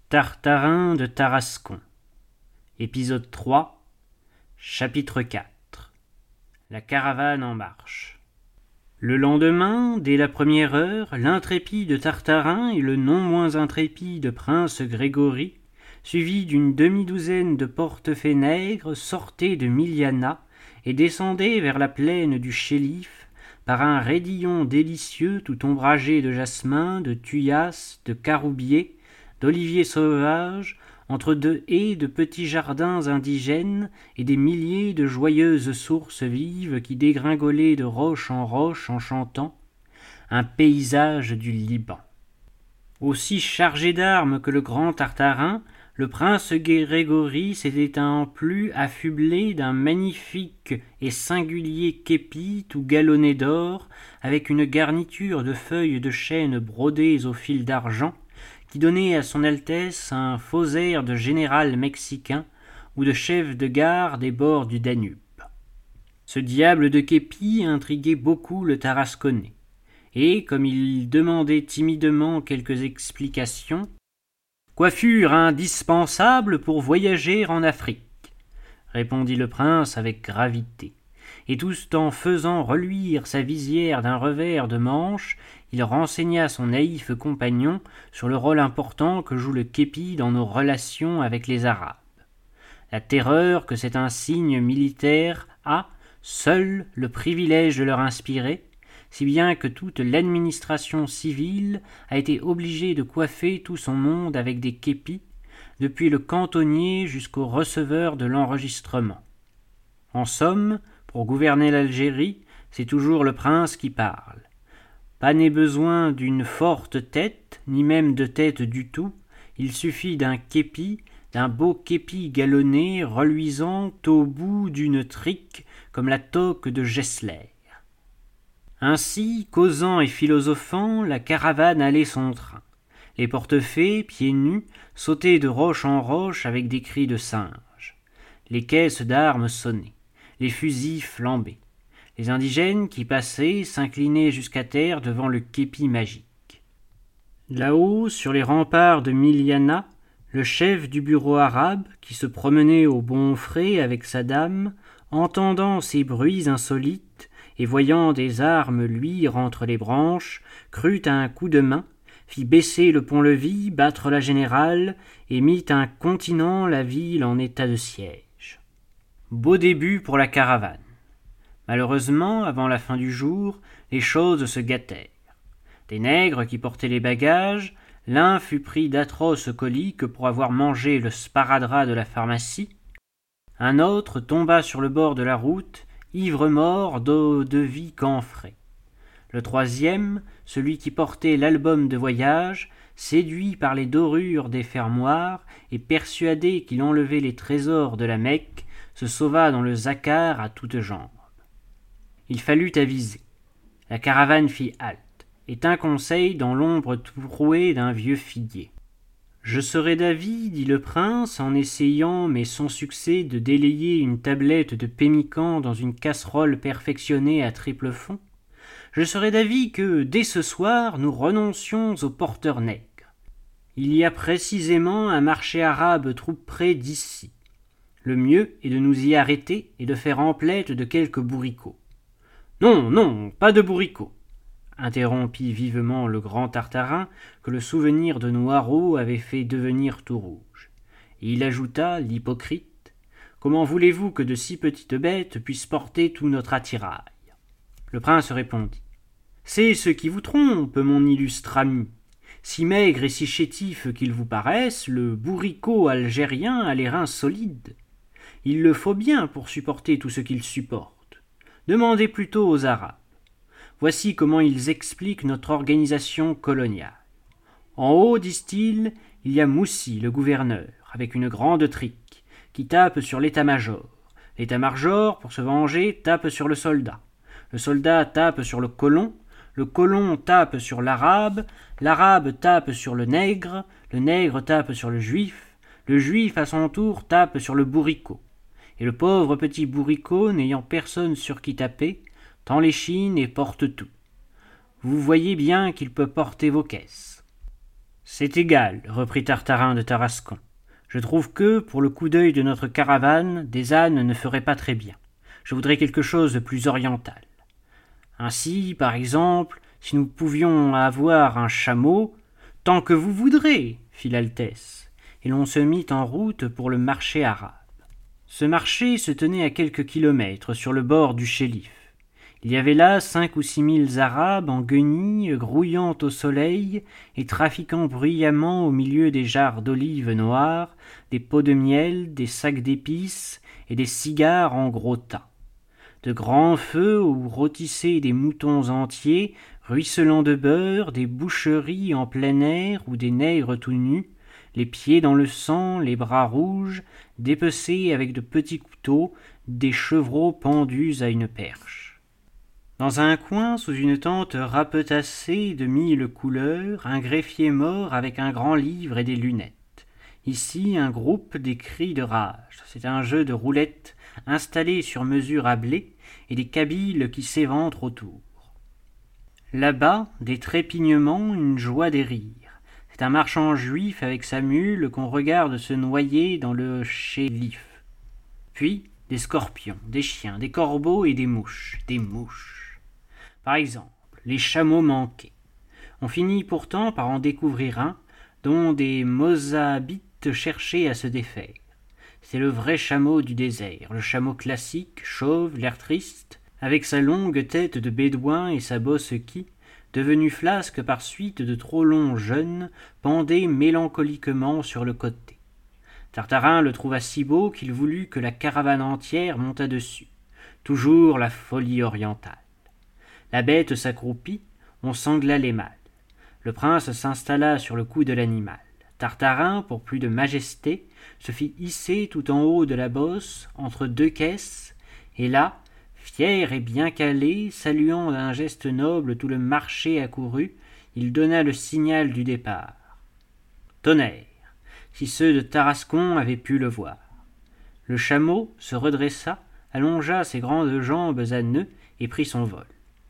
Tartarin de Tarascon. Épisode 3, chapitre 4. La caravane en marche. Le lendemain, dès la première heure, l'intrépide Tartarin et le non moins intrépide prince Grégory, suivis d'une demi-douzaine de portefaix-nègres, sortaient de Milianah et descendaient vers la plaine du Chéliff par un raidillon délicieux tout ombragé de jasmin, de thuyas, de caroubiers, d'oliviers sauvages, entre deux haies de petits jardins indigènes et des milliers de joyeuses sources vives qui dégringolaient de roche en chantant, un paysage du Liban. Aussi chargé d'armes que le grand Tartarin, le prince Grégory s'était en plus affublé d'un magnifique et singulier képi tout galonné d'or, avec une garniture de feuilles de chêne brodées au fil d'argent, qui donnait à son Altesse un faux air de général mexicain ou de chef de gare des bords du Danube. Ce diable de képi intriguait beaucoup le Tarasconnais, et, comme il demandait timidement quelques explications, « Coiffure indispensable pour voyager en Afrique », répondit le prince avec gravité, et tout en faisant reluire sa visière d'un revers de manche, il renseigna son naïf compagnon sur le rôle important que joue le képi dans nos relations avec les Arabes. La terreur que cet insigne militaire a, seul, le privilège de leur inspirer, si bien que toute l'administration civile a été obligée de coiffer tout son monde avec des képis, depuis le cantonnier jusqu'au receveur de l'enregistrement. En somme, pour gouverner l'Algérie, c'est toujours le prince qui parle. Pas n'est besoin d'une forte tête, ni même de tête du tout, il suffit d'un képi, d'un beau képi galonné, reluisant au bout d'une trique, comme la toque de Gessler. Ainsi, causant et philosophant, la caravane allait son train. Les portefaix, pieds nus, sautaient de roche en roche avec des cris de singes. Les caisses d'armes sonnaient, les fusils flambaient. Les indigènes qui passaient s'inclinaient jusqu'à terre devant le képi magique. Là-haut, sur les remparts de Milianah, le chef du bureau arabe, qui se promenait au bon frais avec sa dame, entendant ces bruits insolites et voyant des armes luire entre les branches, crut à un coup de main, fit baisser le pont-levis, battre la générale et mit incontinent la ville en état de siège. Beau début pour la caravane. Malheureusement, avant la fin du jour, les choses se gâtèrent. Des nègres qui portaient les bagages, l'un fut pris d'atroces coliques pour avoir mangé le sparadrap de la pharmacie, un autre tomba sur le bord de la route, ivre-mort d'eau de vie camphrée. Le troisième, celui qui portait l'album de voyage, séduit par les dorures des fermoirs et persuadé qu'il enlevait les trésors de la Mecque, se sauva dans le zaccar à toutes jambes. Il fallut aviser. La caravane fit halte, et tint conseil dans l'ombre trouée d'un vieux figuier. « Je serais d'avis, dit le prince, en essayant, mais sans succès, de délayer une tablette de pémican dans une casserole perfectionnée à triple fond. Je serais d'avis que, dès ce soir, nous renoncions aux porteurs nègres. Il y a précisément un marché arabe tout près d'ici. Le mieux est de nous y arrêter et de faire emplette de quelques bourricots. » « Non, non, pas de bourricots !» interrompit vivement le grand Tartarin que le souvenir de Noiraud avait fait devenir tout rouge. Et il ajouta, l'hypocrite, « Comment voulez-vous que de si petites bêtes puissent porter tout notre attirail ?» Le prince répondit, « C'est ce qui vous trompe, mon illustre ami. Si maigre et si chétif qu'il vous paraisse, le bourricot algérien a les reins solides. Il le faut bien pour supporter tout ce qu'il supporte. Demandez plutôt aux Arabes. Voici comment ils expliquent notre organisation coloniale. En haut, disent-ils, il y a Moussi, le gouverneur, avec une grande trique, qui tape sur l'état-major. L'état-major, pour se venger, tape sur le soldat tape sur le colon tape sur l'arabe tape sur le nègre tape sur le juif à son tour tape sur le bourricot. Et le pauvre petit bourricot, n'ayant personne sur qui taper, tend l'échine et porte tout. Vous voyez bien qu'il peut porter vos caisses. C'est égal, reprit Tartarin de Tarascon. Je trouve que, pour le coup d'œil de notre caravane, des ânes ne feraient pas très bien. Je voudrais quelque chose de plus oriental. Ainsi, par exemple, si nous pouvions avoir un chameau, tant que vous voudrez, fit l'Altesse, et l'on se mit en route pour le marché arabe. Ce marché se tenait à quelques kilomètres sur le bord du Chéliff. Il y avait là 5 ou 6 000 Arabes en guenilles, grouillant au soleil et trafiquant bruyamment au milieu des jarres d'olives noires, des pots de miel, des sacs d'épices et des cigares en gros tas. De grands feux où rôtissaient des moutons entiers, ruisselant de beurre, des boucheries en plein air ou des nègres tout nus, les pieds dans le sang, les bras rouges, dépecés avec de petits couteaux, des chevreaux pendus à une perche. Dans un coin, sous une tente rapetassée de 1000 couleurs, un greffier mort avec un grand livre et des lunettes. Ici, un groupe des cris de rage. C'est un jeu de roulettes installé sur mesure à blé et des kabyles qui s'éventrent autour. Là-bas, des trépignements, une joie des rires. C'est un marchand juif avec sa mule qu'on regarde se noyer dans le Chéliff. Puis, des scorpions, des chiens, des corbeaux et des mouches. Des mouches. Par exemple, les chameaux manqués. On finit pourtant par en découvrir un dont des mozabites cherchaient à se défaire. C'est le vrai chameau du désert, le chameau classique, chauve, l'air triste, avec sa longue tête de bédouin et sa bosse qui, devenue flasque par suite de trop longs jeûnes, pendait mélancoliquement sur le côté. Tartarin le trouva si beau qu'il voulut que la caravane entière montât dessus. Toujours la folie orientale. La bête s'accroupit, on sangla les mâles. Le prince s'installa sur le cou de l'animal. Tartarin, pour plus de majesté, se fit hisser tout en haut de la bosse, entre 2 caisses, et là, fier et bien calé, saluant d'un geste noble tout le marché accouru, il donna le signal du départ. Tonnerre, si ceux de Tarascon avaient pu le voir. Le chameau se redressa, allongea ses grandes jambes à nœuds et prit son vol.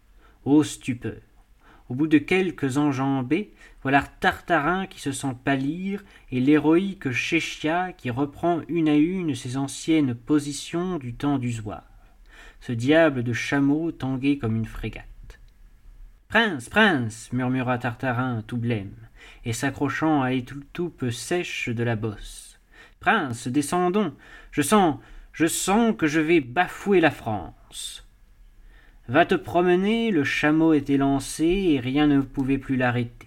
Ô stupeur! Au bout de quelques enjambées, voilà Tartarin qui se sent pâlir et l'héroïque Chéchia qui reprend une à une ses anciennes positions du temps d'Usoir. Ce diable de chameau tangué comme une frégate. « Prince, prince !» murmura Tartarin, tout blême, et s'accrochant à l'étoupe sèche de la bosse. « Prince, descendons, je sens que je vais bafouer la France. » Va te promener, le chameau était lancé et rien ne pouvait plus l'arrêter.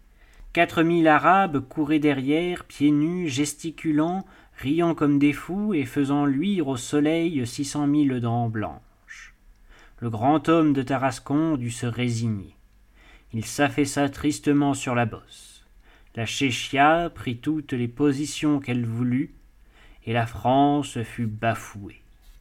4000 Arabes couraient derrière, pieds nus, gesticulant, riant comme des fous et faisant luire au soleil 600 000 dents blanches. Le grand homme de Tarascon dut se résigner. Il s'affaissa tristement sur la bosse. La Chéchia prit toutes les positions qu'elle voulut, et la France fut bafouée.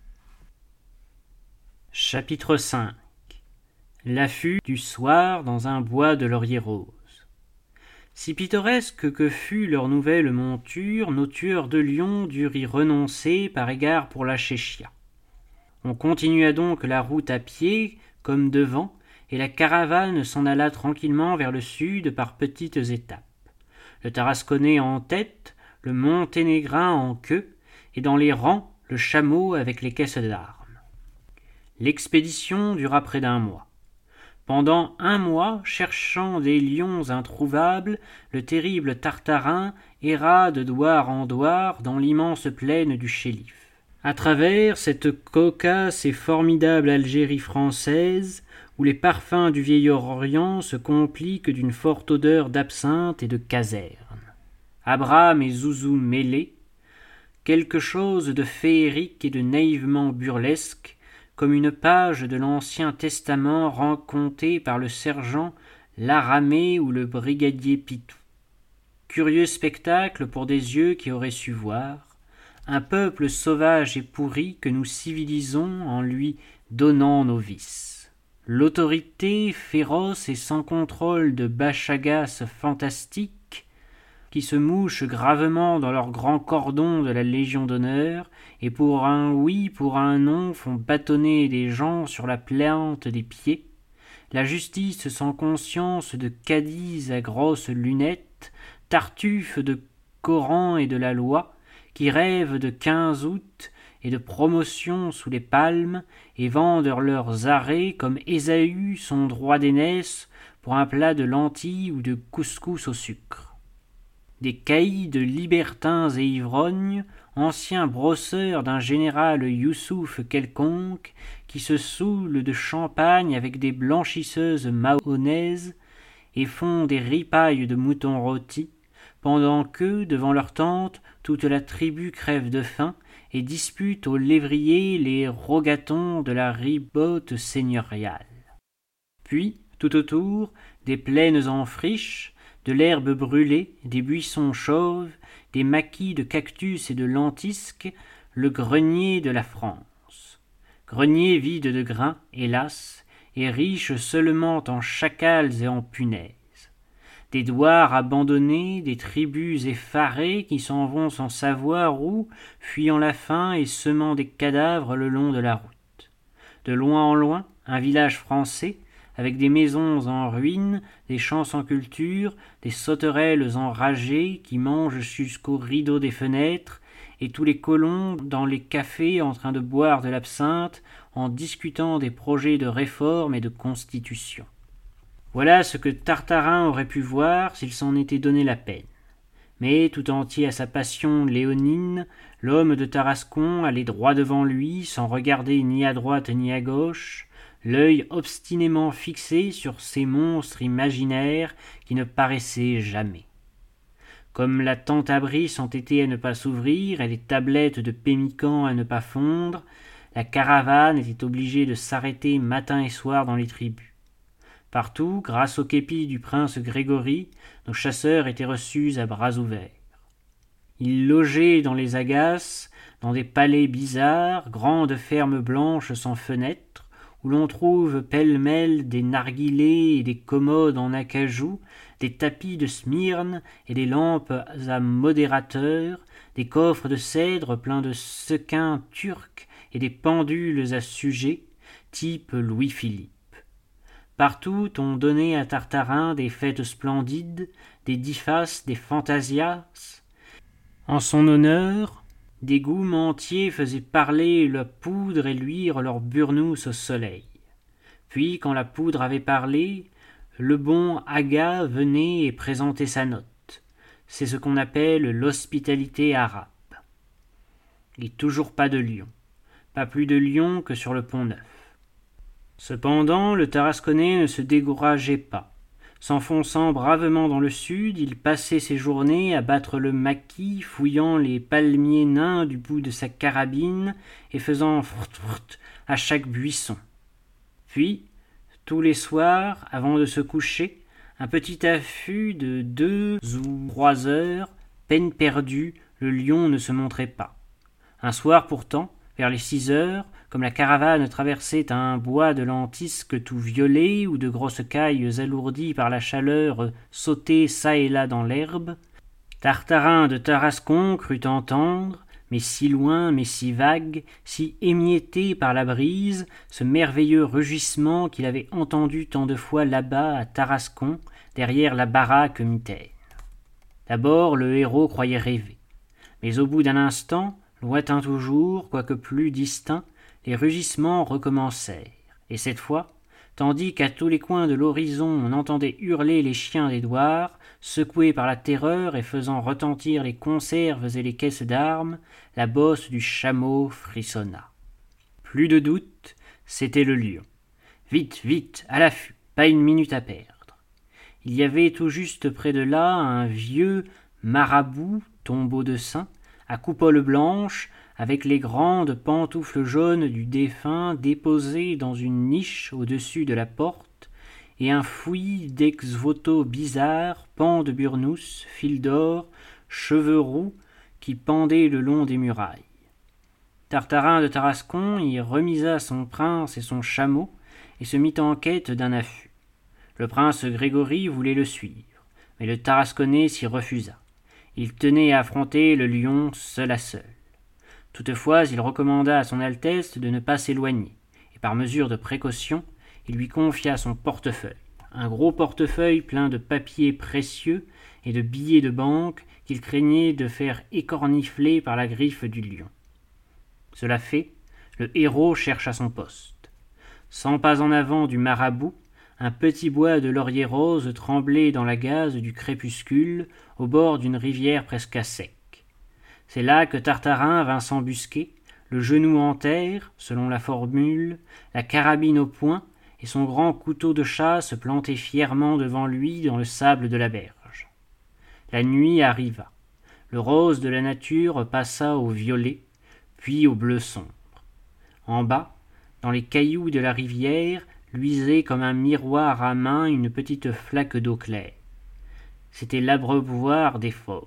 Chapitre 5. L'affût du soir dans un bois de laurier rose. Si pittoresque que fût leur nouvelle monture, nos tueurs de lions durent y renoncer par égard pour la Chéchia. On continua donc la route à pied, comme devant, et la caravane s'en alla tranquillement vers le sud par petites étapes. Le Tarasconnais en tête, le Monténégrin en queue, et dans les rangs, le chameau avec les caisses d'armes. L'expédition dura près d'1 mois. Pendant 1 mois, cherchant des lions introuvables, le terrible Tartarin erra de douar en douar dans l'immense plaine du Chéliff. À travers cette cocasse et formidable Algérie française, où les parfums du vieil Orient se compliquent d'une forte odeur d'absinthe et de caserne. Abraham et Zouzou mêlés, quelque chose de féerique et de naïvement burlesque, comme une page de l'Ancien Testament racontée par le sergent Laramée ou le brigadier Pitou. Curieux spectacle pour des yeux qui auraient su voir, un peuple sauvage et pourri que nous civilisons en lui donnant nos vices. L'autorité féroce et sans contrôle de bachagas fantastiques, qui se mouchent gravement dans leur grand cordon de la Légion d'honneur, et pour un oui, pour un non, font bâtonner des gens sur la plante des pieds, la justice sans conscience de Cadiz à grosses lunettes, tartuffes de Coran et de la loi, qui rêvent de 15 août et de promotion sous les palmes, et vendent leurs arrêts comme Ésaü son droit d'aînesse pour un plat de lentilles ou de couscous au sucre. Des caïds de libertins et ivrognes, anciens brosseurs d'un général Youssouf quelconque, qui se saoulent de champagne avec des blanchisseuses mahonnaises et font des ripailles de moutons rôtis, pendant que, devant leur tente, toute la tribu crève de faim et dispute aux lévriers les rogatons de la ribote seigneuriale. Puis, tout autour, des plaines en friche, de l'herbe brûlée, des buissons chauves, des maquis de cactus et de lentisques, le grenier de la France. Grenier vide de grains, hélas, et riche seulement en chacals et en punaises. Des douars abandonnés, des tribus effarées qui s'en vont sans savoir où, fuyant la faim et semant des cadavres le long de la route. De loin en loin, un village français, avec des maisons en ruine, des champs sans culture, des sauterelles enragées qui mangent jusqu'aux rideaux des fenêtres, et tous les colons dans les cafés en train de boire de l'absinthe, en discutant des projets de réforme et de constitution. Voilà ce que Tartarin aurait pu voir s'il s'en était donné la peine. Mais, tout entier à sa passion léonine, l'homme de Tarascon allait droit devant lui, sans regarder ni à droite ni à gauche, l'œil obstinément fixé sur ces monstres imaginaires qui ne paraissaient jamais. Comme la tente abri s'entêtait à ne pas s'ouvrir et les tablettes de pémican à ne pas fondre, la caravane était obligée de s'arrêter matin et soir dans les tribus. Partout, grâce au képi du prince Grégory, nos chasseurs étaient reçus à bras ouverts. Ils logeaient dans les agaces, dans des palais bizarres, grandes fermes blanches sans fenêtres, où l'on trouve pêle-mêle des narguilés et des commodes en acajou, des tapis de Smyrne et des lampes à modérateur, des coffres de cèdre pleins de sequins turcs et des pendules à sujets, type Louis-Philippe. Partout on donnait à Tartarin des fêtes splendides, des difas, des fantasias. En son honneur, des gourmandiers faisaient parler la poudre et luire leurs burnous au soleil. Puis, quand la poudre avait parlé, le bon Aga venait et présentait sa note. C'est ce qu'on appelle l'hospitalité arabe. Et toujours pas de lions. Pas plus de lions que sur le Pont-Neuf. Cependant, le Tarasconnais ne se décourageait pas. S'enfonçant bravement dans le sud, il passait ses journées à battre le maquis, fouillant les palmiers nains du bout de sa carabine et faisant frrt à chaque buisson. Puis, tous les soirs, avant de se coucher, un petit affût de 2 ou 3 heures, peine perdue, le lion ne se montrait pas. Un soir pourtant, vers les 6 heures, comme la caravane traversait un bois de lentisques tout violet ou de grosses cailles alourdies par la chaleur sautaient çà et là dans l'herbe, Tartarin de Tarascon crut entendre, mais si loin, mais si vague, si émietté par la brise, ce merveilleux rugissement qu'il avait entendu tant de fois là-bas à Tarascon, derrière la baraque mitaine. D'abord, le héros croyait rêver, mais au bout d'un instant, lointain toujours, quoique plus distinct, les rugissements recommencèrent, et cette fois, tandis qu'à tous les coins de l'horizon on entendait hurler les chiens des douars, secoués par la terreur et faisant retentir les conserves et les caisses d'armes, la bosse du chameau frissonna. Plus de doute, c'était le lion. Vite, vite, à l'affût, pas une minute à perdre. Il y avait tout juste près de là un vieux marabout, tombeau de saint, à coupole blanche, avec les grandes pantoufles jaunes du défunt déposées dans une niche au-dessus de la porte, et un fouillis d'ex-voto bizarres, pans de burnous, fils d'or, cheveux roux, qui pendaient le long des murailles. Tartarin de Tarascon y remisa son prince et son chameau, et se mit en quête d'un affût. Le prince Grégory voulait le suivre, mais le Tarasconnais s'y refusa. Il tenait à affronter le lion seul à seul. Toutefois, il recommanda à son Altesse de ne pas s'éloigner, et par mesure de précaution, il lui confia son portefeuille. un gros portefeuille plein de papiers précieux et de billets de banque qu'il craignait de faire écornifler par la griffe du lion. Cela fait, le héros cherche à son poste. 100 pas en avant du marabout, un petit bois de laurier rose tremblait dans la gaze du crépuscule, au bord d'une rivière presque à sec. C'est là que Tartarin vint s'embusquer, le genou en terre, selon la formule, la carabine au poing, et son grand couteau de chasse planté fièrement devant lui dans le sable de la berge. La nuit arriva. Le rose de la nature passa au violet, puis au bleu sombre. En bas, dans les cailloux de la rivière, luisait comme un miroir à main une petite flaque d'eau claire. C'était l'abreuvoir des fauves.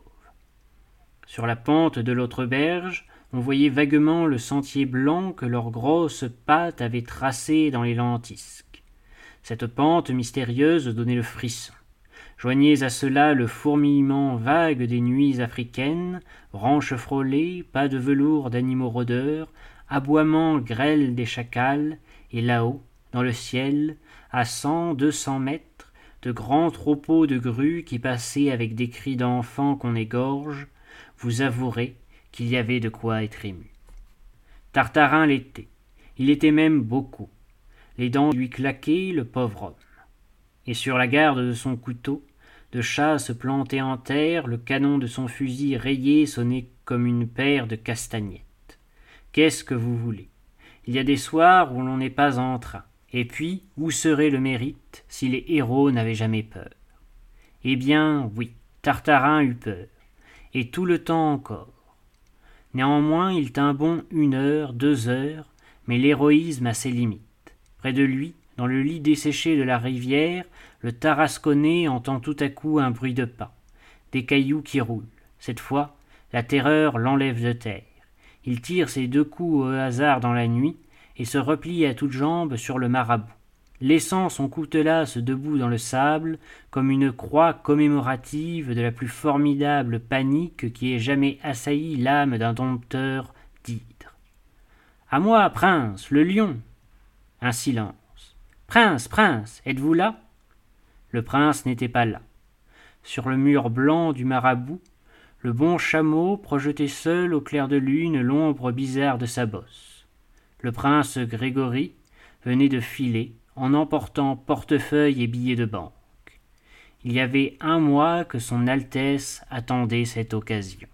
Sur la pente de l'autre berge, on voyait vaguement le sentier blanc que leurs grosses pattes avaient tracé dans les lentisques. Cette pente mystérieuse donnait le frisson. Joignez à cela le fourmillement vague des nuits africaines, branches frôlées, pas de velours d'animaux rôdeurs, aboiements grêles des chacals, et là-haut, dans le ciel, à 100-200 mètres, de grands troupeaux de grues qui passaient avec des cris d'enfants qu'on égorge, vous avouerez qu'il y avait de quoi être ému. Tartarin l'était. Il était même beaucoup. Les dents lui claquaient, le pauvre homme. Et sur la garde de son couteau, de chasse planté en terre, le canon de son fusil rayé sonnait comme une paire de castagnettes. Qu'est-ce que vous voulez? Il y a des soirs où l'on n'est pas en train. Et puis, où serait le mérite si les héros n'avaient jamais peur? Eh bien, oui, Tartarin eut peur, et tout le temps encore. Néanmoins, il tint bon 1 heure, 2 heures, mais l'héroïsme a ses limites. Près de lui, dans le lit desséché de la rivière, le Tarasconnais entend tout à coup un bruit de pas, des cailloux qui roulent. Cette fois, la terreur l'enlève de terre. Il tire ses 2 coups au hasard dans la nuit et se replie à toutes jambes sur le marabout, laissant son coutelas debout dans le sable comme une croix commémorative de la plus formidable panique qui ait jamais assailli l'âme d'un dompteur d'hydre. « À moi, prince, le lion !» Un silence. « Prince, prince, êtes-vous là ?» Le prince n'était pas là. Sur le mur blanc du marabout, le bon chameau projetait seul au clair de lune l'ombre bizarre de sa bosse. Le prince Grégory venait de filer en emportant portefeuille et billets de banque. Il y avait 1 mois que son Altesse attendait cette occasion.